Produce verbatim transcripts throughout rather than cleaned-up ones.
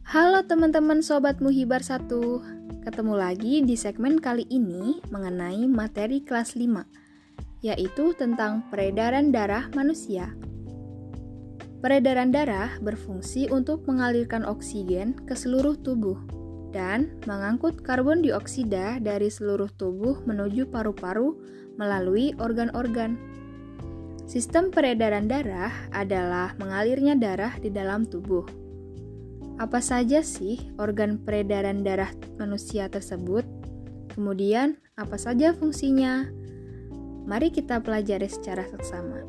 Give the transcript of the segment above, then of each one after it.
Halo teman-teman Sobat Muhibar satu, ketemu lagi di segmen kali ini mengenai materi kelas lima, yaitu tentang peredaran darah manusia. Peredaran darah berfungsi untuk mengalirkan oksigen ke seluruh tubuh dan mengangkut karbon dioksida dari seluruh tubuh menuju paru-paru melalui organ-organ. Sistem peredaran darah adalah mengalirnya darah di dalam tubuh. Apa saja sih organ peredaran darah manusia tersebut? Kemudian, apa saja fungsinya? Mari kita pelajari secara seksama.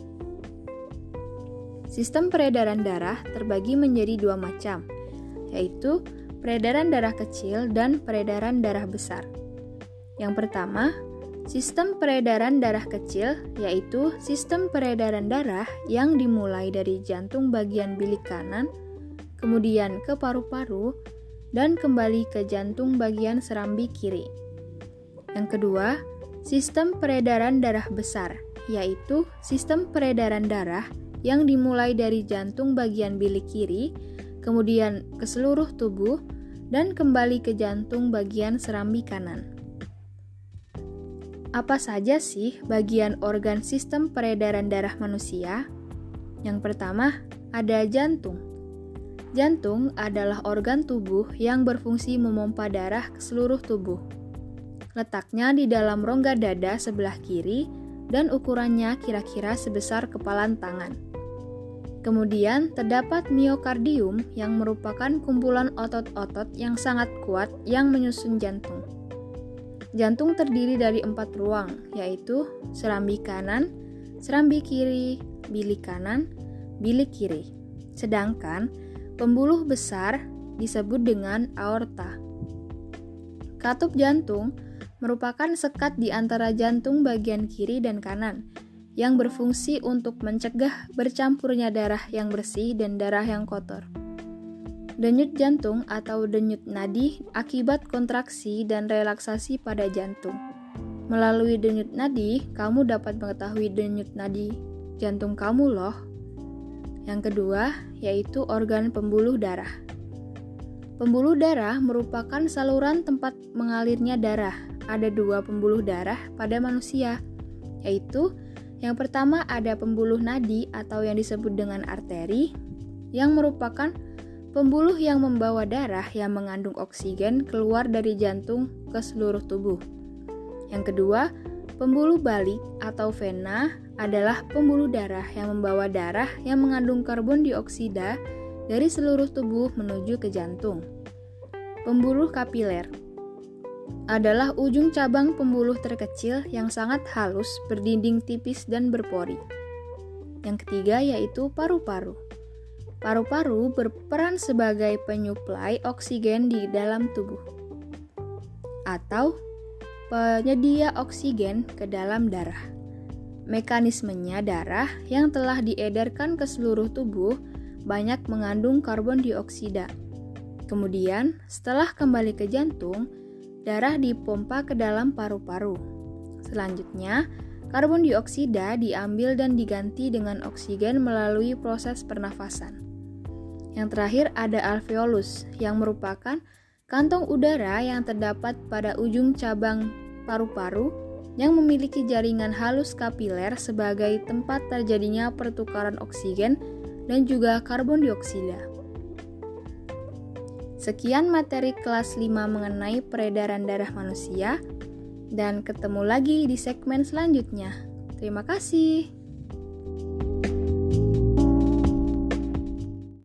Sistem peredaran darah terbagi menjadi dua macam, yaitu peredaran darah kecil dan peredaran darah besar. Yang pertama, sistem peredaran darah kecil, yaitu sistem peredaran darah yang dimulai dari jantung bagian bilik kanan, kemudian ke paru-paru, dan kembali ke jantung bagian serambi kiri. Yang kedua, sistem peredaran darah besar, yaitu sistem peredaran darah yang dimulai dari jantung bagian bilik kiri, kemudian ke seluruh tubuh, dan kembali ke jantung bagian serambi kanan. Apa saja sih bagian organ sistem peredaran darah manusia? Yang pertama, ada jantung. Jantung adalah organ tubuh yang berfungsi memompa darah ke seluruh tubuh. Letaknya di dalam rongga dada sebelah kiri dan ukurannya kira-kira sebesar kepalan tangan. Kemudian terdapat miokardium yang merupakan kumpulan otot-otot yang sangat kuat yang menyusun jantung. Jantung terdiri dari empat ruang, yaitu serambi kanan, serambi kiri, bilik kanan, bilik kiri. Sedangkan pembuluh besar disebut dengan aorta. Katup jantung merupakan sekat di antara jantung bagian kiri dan kanan yang berfungsi untuk mencegah bercampurnya darah yang bersih dan darah yang kotor. Denyut jantung atau denyut nadi akibat kontraksi dan relaksasi pada jantung. Melalui denyut nadi, kamu dapat mengetahui denyut nadi jantung kamu loh. Yang kedua, yaitu organ pembuluh darah. Pembuluh darah merupakan saluran tempat mengalirnya darah. Ada dua pembuluh darah pada manusia, yaitu yang pertama ada pembuluh nadi atau yang disebut dengan arteri, yang merupakan pembuluh yang membawa darah yang mengandung oksigen keluar dari jantung ke seluruh tubuh. Yang kedua, pembuluh balik atau vena adalah pembuluh darah yang membawa darah yang mengandung karbon dioksida dari seluruh tubuh menuju ke jantung. Pembuluh kapiler adalah ujung cabang pembuluh terkecil yang sangat halus, berdinding tipis dan berpori. Yang ketiga yaitu paru-paru. Paru-paru berperan sebagai penyuplai oksigen di dalam tubuh atau penyedia oksigen ke dalam darah. Mekanismenya darah yang telah diedarkan ke seluruh tubuh banyak mengandung karbon dioksida. Kemudian, setelah kembali ke jantung, darah dipompa ke dalam paru-paru. Selanjutnya, karbon dioksida diambil dan diganti dengan oksigen melalui proses pernafasan. Yang terakhir ada alveolus, yang merupakan kantong udara yang terdapat pada ujung cabang paru-paru yang memiliki jaringan halus kapiler sebagai tempat terjadinya pertukaran oksigen dan juga karbon dioksida. Sekian materi kelas lima mengenai peredaran darah manusia, dan ketemu lagi di segmen selanjutnya. Terima kasih.